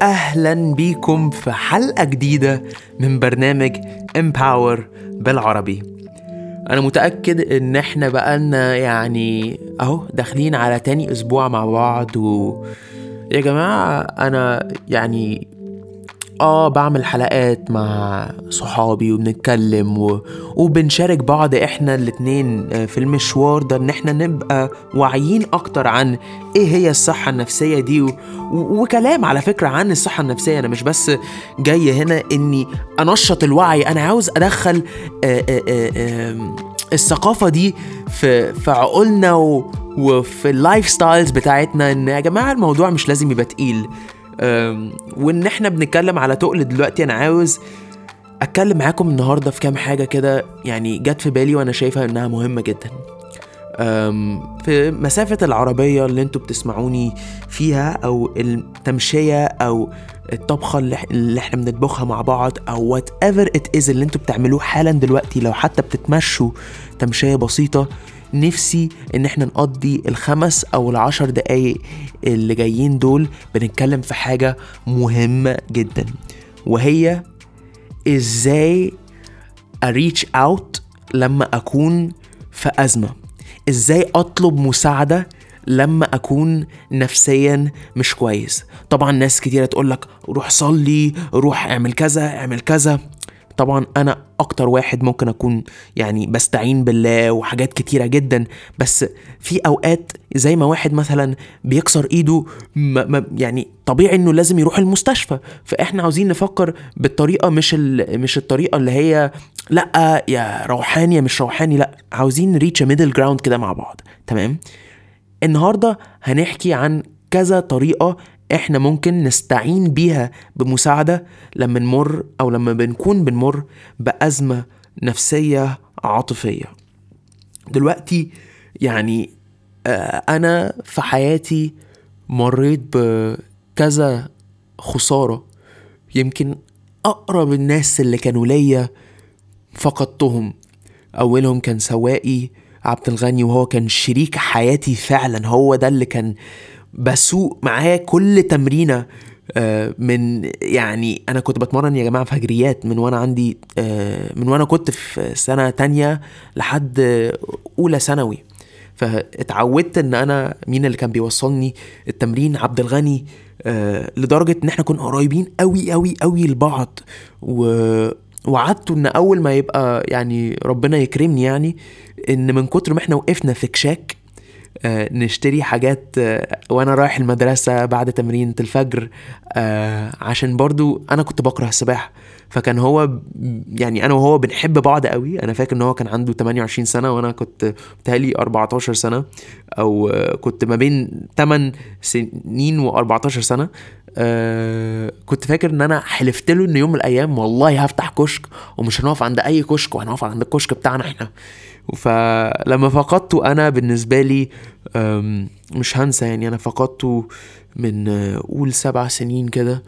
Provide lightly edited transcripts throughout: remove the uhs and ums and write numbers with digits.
أهلا بيكم في حلقة جديدة من برنامج Empower بالعربي. أنا متأكد إن إحنا بقالنا أهو داخلين على تاني أسبوع مع بعض. يا جماعة أنا بعمل حلقات مع صحابي وبنتكلم وبنشارك بعض احنا الاتنين في المشوار ده، ان احنا نبقى واعيين اكتر عن ايه هي الصحة النفسية دي وكلام على فكرة عن الصحة النفسية. انا مش بس جاي هنا اني انشط الوعي، انا عاوز ادخل الثقافة دي في عقولنا وفي اللايف ستايلز بتاعتنا، ان يا جماعة الموضوع مش لازم يبقى تقيل. وان احنا بنتكلم على تقل دلوقتي، انا عاوز اتكلم معاكم النهاردة في كام حاجة كده جت في بالي وانا شايفها انها مهمة جدا. في مسافة العربية اللي انتوا بتسمعوني فيها، او التمشية، او الطبخة اللي احنا بنطبخها مع بعض، او whatever it is اللي انتوا بتعملوه حالا دلوقتي، لو حتى بتتمشوا تمشية بسيطة، نفسي ان احنا نقضي 5 أو 10 دقايق اللي جايين دول بنتكلم في حاجة مهمة جدا، وهي ازاي أريتش اوت لما اكون في أزمة، ازاي اطلب مساعدة لما اكون نفسيا مش كويس. طبعا ناس كتيرة تقولك روح صلي، روح اعمل كذا اعمل كذا. طبعا انا اكتر واحد ممكن اكون بستعين بالله وحاجات كتيرة جدا، بس في اوقات زي ما واحد مثلا بيكسر ايده طبيعي انه لازم يروح المستشفى. فاحنا عاوزين نفكر بالطريقة مش الطريقة اللي هي لا يا روحاني يا مش روحاني، لا، عاوزين ريتش ميدل جراوند كده مع بعض. تمام. النهاردة هنحكي عن كذا طريقة احنا ممكن نستعين بيها بمساعدة لما نمر او لما بنمر بأزمة نفسية عاطفية. دلوقتي انا في حياتي مريت بكذا خسارة. يمكن اقرب الناس اللي كانوا ليا فقدتهم. اولهم كان سواقي عبد الغني، وهو كان شريك حياتي فعلا، هو ده اللي كان بسوق معاه كل تمرينة. من انا كنت بتمرن يا جماعة في هجريات من وانا كنت في سنة تانية لحد اولى ثانوي. فاتعودت ان انا مين اللي كان بيوصلني التمرين؟ عبد الغني. لدرجة ان احنا كنا قريبين قوي قوي قوي لبعض، وعدته ان اول ما يبقى ربنا يكرمني ان من كتر ما احنا وقفنا في كشاك نشتري حاجات وانا رايح المدرسة بعد تمرين الفجر، عشان برضو انا كنت بكره السباحة. فكان هو انا وهو بنحب بعض قوي. انا فاكر ان هو كان عنده 28 سنة وانا كنت بتهيألي 14 سنة، او كنت ما بين 8 سنين و14 سنة. كنت فاكر ان انا حلفت له ان يوم من الايام والله هفتح كشك، ومش هنقف عند اي كشك وهنقف عند الكشك بتاعنا احنا. فلما فقدته انا بالنسبة لي مش هنسى. انا فقدته من قول 7 سنين كده.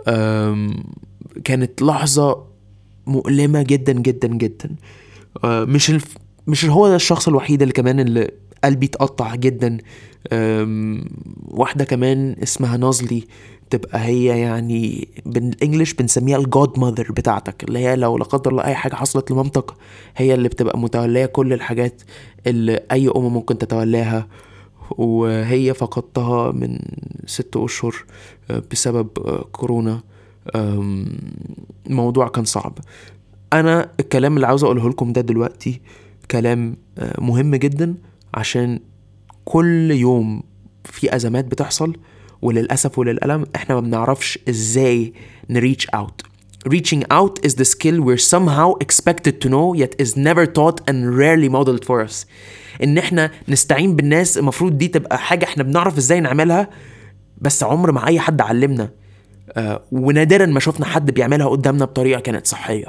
كانت لحظة مؤلمة جدا جدا جدا. مش هو ده الشخص الوحيد اللي كمان اللي قلبي اتقطع جدا. واحدة كمان اسمها نازلي، تبقى هي بالانجليش بنسميها الجود ماذر بتاعتك، اللي هي لو لا قدر الله اي حاجة حصلت لمامتك هي اللي بتبقى متولية كل الحاجات اللي اي ام ممكن تتولاها. وهي فقدتها من 6 أشهر بسبب كورونا. الموضوع كان صعب. انا الكلام اللي عاوز اقوله لكم ده دلوقتي كلام مهم جدا، عشان كل يوم في ازمات بتحصل، وللأسف وللألم احنا ما بنعرفش ازاي نريتش out. Reaching out is the skill we're somehow expected to know yet is never taught and rarely modeled for us. ان احنا نستعين بالناس المفروض دي تبقى حاجة احنا بنعرف ازاي نعملها، بس عمر ما اي حد علمنا. ونادرا ما شفنا حد بيعملها قدامنا بطريقة كانت صحية.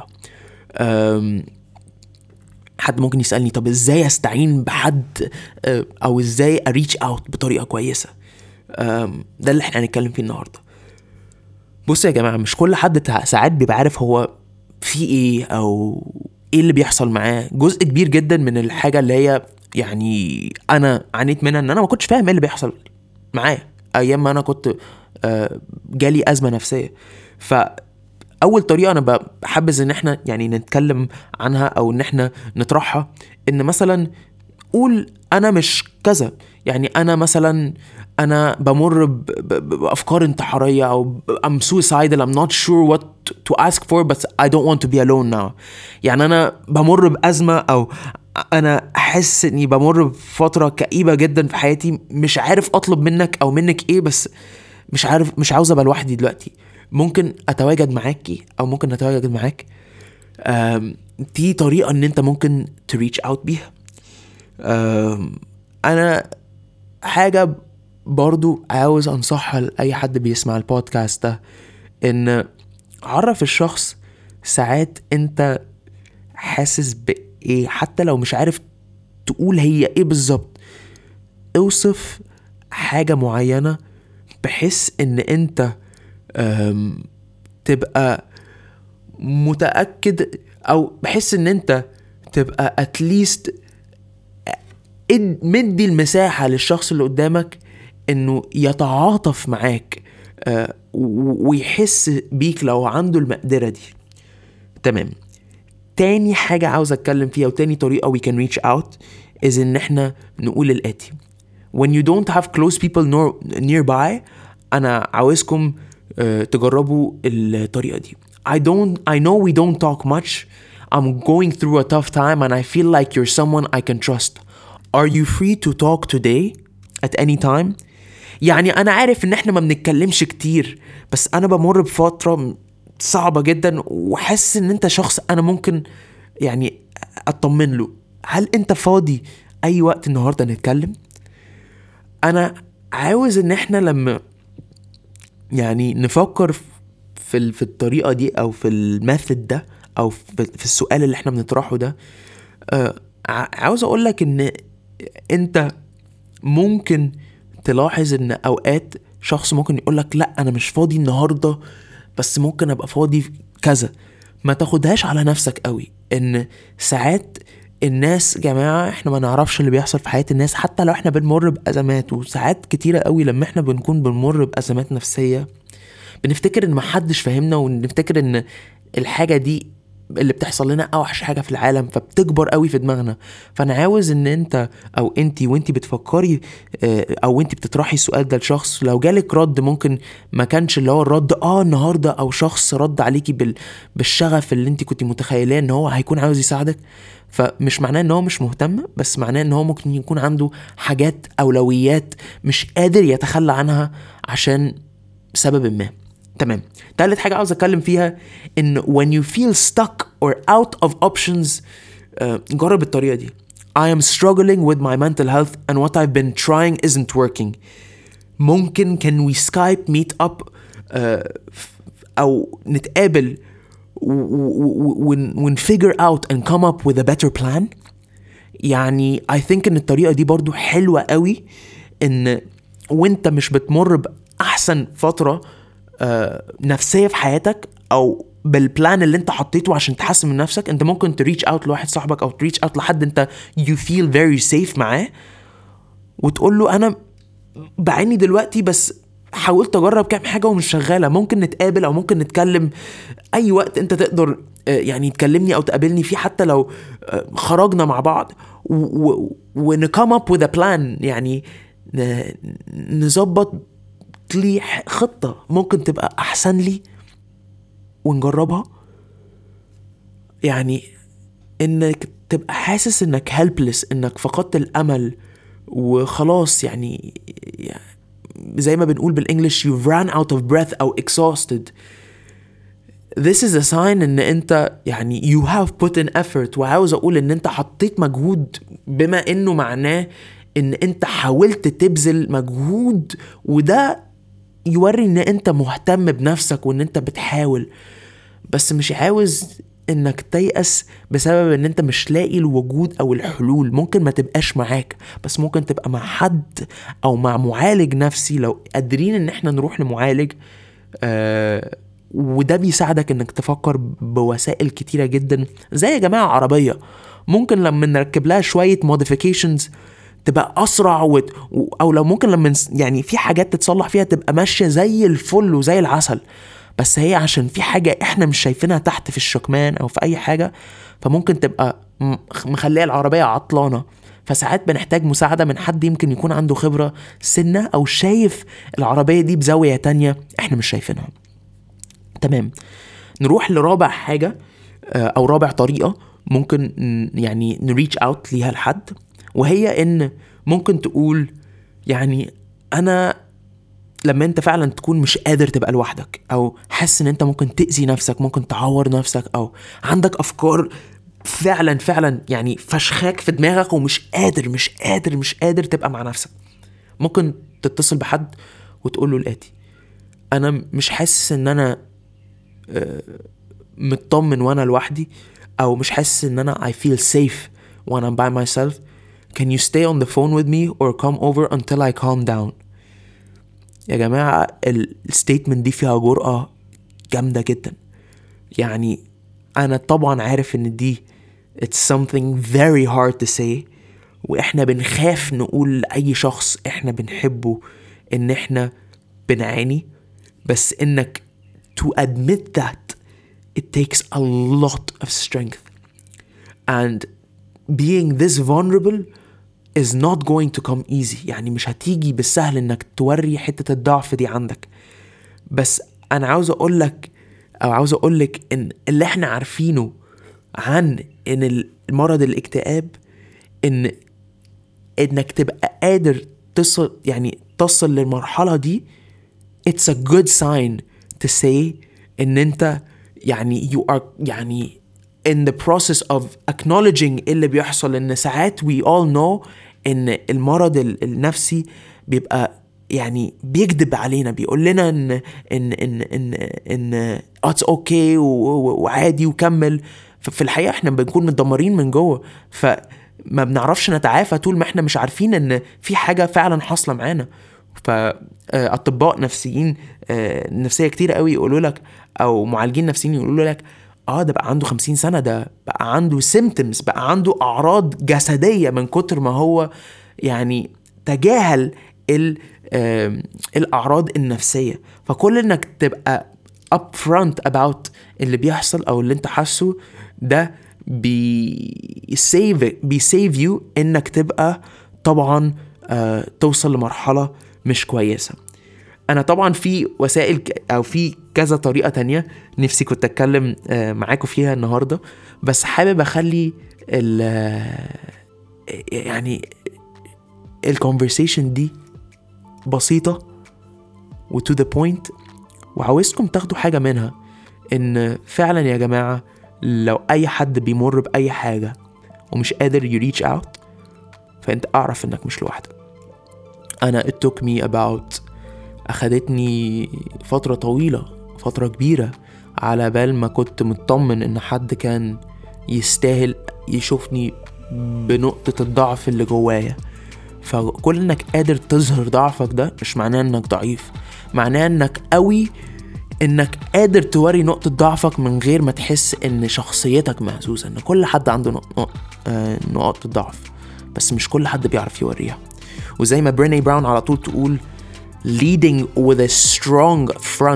حد ممكن يسألني طب ازاي استعين بحد او ازاي اريتش اوت بطريقة كويسة؟ ده اللي احنا هنتكلم فيه النهاردة. بصوا يا جماعة، مش كل حد ساعات بيبقى عارف هو في ايه او ايه اللي بيحصل معاه. جزء كبير جدا من الحاجة اللي هي انا عانيت منها ان انا ما كنتش فاهم ايه اللي بيحصل معايا ايام ما انا كنت جالي أزمة نفسية. فأول طريقة أنا بحبذ إن احنا يعني نتكلم عنها أو إن احنا نطرحها، إن مثلا قول أنا مش كذا، يعني أنا مثلا أنا بمر بأفكار انتحارية أو I'm suicidal, I'm not sure what to ask for but I don't want to be alone now. يعني أنا بمر بأزمة أو أنا أحس إني بمر بفترة كئيبة جدا في حياتي، مش عارف أطلب منك أو منك إيه، بس مش عارف، مش عاوز أبقى لوحدي دلوقتي. ممكن أتواجد معاكي أو ممكن أتواجد معاك. دي طريقة إن أنت ممكن to reach out بيها. أنا حاجة برضو عاوز أنصحها لأي حد بيسمع البودكاست ده، إن عرف الشخص ساعات أنت حاسس بإيه، حتى لو مش عارف تقول هي إيه بالظبط. اوصف حاجة معينة بحيث إن أنت تبقى متأكد، أو بحيث إن أنت تبقى at least مدي المساحة للشخص اللي قدامك انه يتعاطف معاك ويحس بيك لو عنده المقدرة دي. تمام. تاني حاجة عاوز اتكلم فيها وتاني طريقة we can reach out is ان احنا نقول الاتي: when you don't have close people nearby. انا عاوزكم تجربوا الطريقة دي. I know we don't talk much. I'm going through a tough time and I feel like you're someone I can trust. Are you free to talk today at any time? يعني أنا عارف إن إحنا ما بنتكلمش كتير، بس أنا بمر بفترة صعبة جدا وحاسس إن أنت شخص أنا ممكن يعني أطمن له. هل أنت فاضي أي وقت النهاردة نتكلم؟ أنا عاوز إن إحنا لما يعني نفكر في الطريقة دي أو في الميثود ده أو في السؤال اللي إحنا بنطرحه ده، عاوز أقولك إن أنت ممكن تلاحظ إن أوقات شخص ممكن يقولك لأ أنا مش فاضي النهاردة بس ممكن أبقى فاضي كذا. ما تاخدهاش على نفسك قوي، إن ساعات الناس جماعة إحنا ما نعرفش اللي بيحصل في حياة الناس، حتى لو إحنا بنمر بأزمات. وساعات كتيرة قوي لما إحنا بنكون بنمر بأزمات نفسية بنفتكر إن محدش فاهمنا، ونفتكر إن الحاجة دي اللي بتحصل لنا اوحش حاجة في العالم، فبتكبر قوي في دماغنا. فانا عاوز ان انت او انتي وانتي بتفكري او انتي بتطرحي السؤال ده لشخص، لو جالك رد ممكن ما كانش اللي هو الرد النهاردة، او شخص رد عليكي بالشغف اللي انتي كنتي متخيلاه ان هو هيكون عاوز يساعدك، فمش معناه ان هو مش مهتم، بس معناه ان هو ممكن يكون عنده حاجات اولويات مش قادر يتخلى عنها عشان سبب ما. تمام. تالت حاجة عاوز أتكلم فيها إن when you feel stuck or out of options جرب الطريقة دي. I am struggling with my mental health and what I've been trying isn't working. ممكن can we Skype meet up أو نتقابل ونfigure out and come up with a better plan. يعني I think إن الطريقة دي برضو حلوة قوي، إن وانت مش بتمر بأحسن فترة نفسية في حياتك او بالبلان اللي انت حطيته عشان تحسن من نفسك، انت ممكن تريتش اوت لواحد صاحبك او تريتش اوت لحد انت you feel very safe معاه وتقول له انا بعيني دلوقتي بس حاولت اجرب كام حاجة ومش شغالة، ممكن نتقابل او ممكن نتكلم اي وقت انت تقدر يعني تكلمني او تقابلني فيه، حتى لو خرجنا مع بعض ونكم up with a plan. يعني نظبط لي خطة ممكن تبقى أحسن لي ونجربها. يعني إنك تبقى حاسس إنك helpless، إنك فقدت الأمل وخلاص، يعني زي ما بنقول بالإنجليش you've ran out of breath أو exhausted. This is a sign إن أنت يعني you have put in effort. وعاوز أقول إن أنت حطيت مجهود، بما إنه معناه إن أنت حاولت تبذل مجهود، وده يوري ان انت مهتم بنفسك وان انت بتحاول. بس مش عاوز انك تيأس بسبب ان انت مش لاقي الوجود او الحلول. ممكن ما تبقاش معاك، بس ممكن تبقى مع حد او مع معالج نفسي لو قادرين ان احنا نروح لمعالج. وده بيساعدك انك تفكر بوسائل كتيرة جدا، زي يا جماعة عربية ممكن لما نركب لها شوية modifications تبقى اسرع او لو ممكن لما يعني في حاجات تتصلح فيها تبقى ماشيه زي الفل وزي العسل، بس هي عشان في حاجه احنا مش شايفينها تحت في الشكمان او في اي حاجه، فممكن تبقى مخليه العربيه عطلانه. فساعات بنحتاج مساعده من حد يمكن يكون عنده خبره سنه او شايف العربيه دي بزاويه تانية احنا مش شايفينها. تمام، نروح لرابع حاجه او رابع طريقه ممكن يعني نريتش اوت ليها لحد، وهي ان ممكن تقول يعني انا لما انت فعلا تكون مش قادر تبقى لوحدك، او حاسس ان انت ممكن تأذي نفسك، ممكن تعور نفسك، او عندك افكار فعلا يعني فشخاك في دماغك ومش قادر تبقى مع نفسك، ممكن تتصل بحد وتقول له الآتي: انا مش حاسس ان انا مطمن وانا لوحدي، او مش حاسس ان انا I feel safe when I'm by myself. Can you stay on the phone with me or come over until I calm down؟ يا جماعة الستيتمنت دي فيها جرأة جامدة جدا. يعني انا طبعا عارف ان دي it's something very hard to say، واحنا بنخاف نقول لأي شخص احنا بنحبه ان احنا بنعاني، بس انك to admit that it takes a lot of strength, and being this vulnerable is not going to come easy. يعني مش هتيجي بالسهل انك توري حتة الضعف دي عندك. بس انا عاوز اقولك ان اللي احنا عارفينه عن ان المرض الاكتئاب انك تبقى قادر تصل للمرحلة دي، it's a good sign to say ان انت يعني you are يعني in the process of acknowledging اللي بيحصل. ان ساعات we all know ان المرض النفسي بيبقى يعني بيكذب علينا، بيقول لنا ان it's okay وعادي وكمل. في الحقيقة احنا بنكون متدمرين من جوه، فما بنعرفش نتعافى طول ما احنا مش عارفين ان في حاجة فعلا حاصلة معانا. فأطباء نفسيين نفسية كتير قوي يقولوا لك، او معالجين نفسيين يقولوا لك ده بقى عنده 50 سنة، ده بقى عنده symptoms، بقى عنده أعراض جسدية من كتر ما هو يعني تجاهل الأعراض النفسية. فكل انك تبقى upfront about اللي بيحصل او اللي انت حاسه ده بيسيف يو انك تبقى طبعا توصل لمرحلة مش كويسة. انا طبعا في وسائل او في كذا طريقة تانية نفسي كنت اتكلم معاكم فيها النهاردة، بس حابب اخلي يعني الكونفرسيشن دي بسيطة و to the point، وعاوزكم تاخدوا حاجة منها. ان فعلا يا جماعة لو اي حد بيمر باي حاجة ومش قادر يريتش اوت، فانت اعرف انك مش لوحدك. انا it took me about اخدتني فترة طويلة، فترة كبيرة، على بال ما كنت مطمن ان حد كان يستاهل يشوفني بنقطة الضعف اللي جوايا. فكل انك قادر تظهر ضعفك ده مش معناه انك ضعيف، معناه انك قوي، انك قادر توري نقطة ضعفك من غير ما تحس ان شخصيتك مهزوزة. ان كل حد عنده نقاط الضعف، بس مش كل حد بيعرف يوريها. وزي ما بريني براون على طول تقول leading with a strong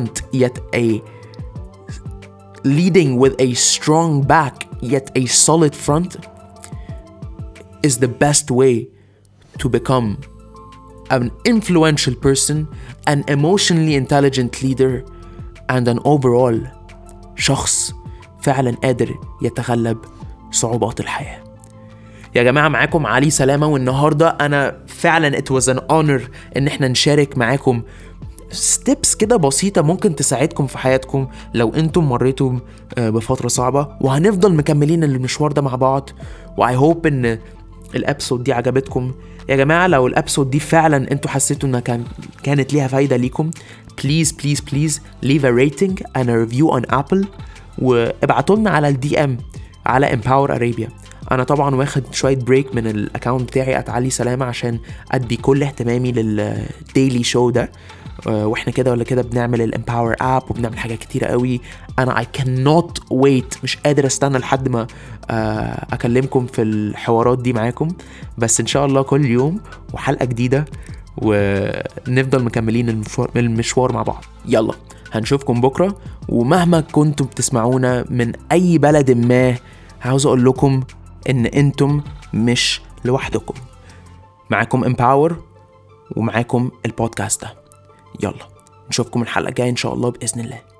back yet a solid front is the best way to become an influential person, an emotionally intelligent leader, and an overall شخص فعلا قادر يتغلب صعوبات الحياة. يا جماعة معاكم علي سلامة، والنهاردة أنا فعلا it was an honor إن احنا نشارك معاكم steps كده بسيطة ممكن تساعدكم في حياتكم لو انتم مريتم بفترة صعبة، وهنفضل مكملين المشوار ده مع بعض. وI hope إن الابسود دي عجبتكم. يا جماعة لو الابسود دي فعلا انتوا حسيتوا انها كانت ليها فايدة ليكم، please leave a rating and a review on Apple، وابعتوا لنا على الDM على Empower Arabia. انا طبعا واخد شوية بريك من الاكاونت بتاعي @علي سلامة عشان ادي كل اهتمامي للديلي شو ده، واحنا كده ولا كده بنعمل الامباور اب وبنعمل حاجات كتيرة قوي. انا I cannot wait، مش قادر استنى لحد ما اكلمكم في الحوارات دي معاكم. بس ان شاء الله كل يوم وحلقة جديدة، ونفضل مكملين المشوار مع بعض. يلا هنشوفكم بكرة، ومهما كنتم بتسمعونا من اي بلد ما، عاوز اقول لكم ان انتم مش لوحدكم. معاكم امباور ومعاكم البودكاست ده. يلا نشوفكم الحلقة الجاية ان شاء الله بإذن الله.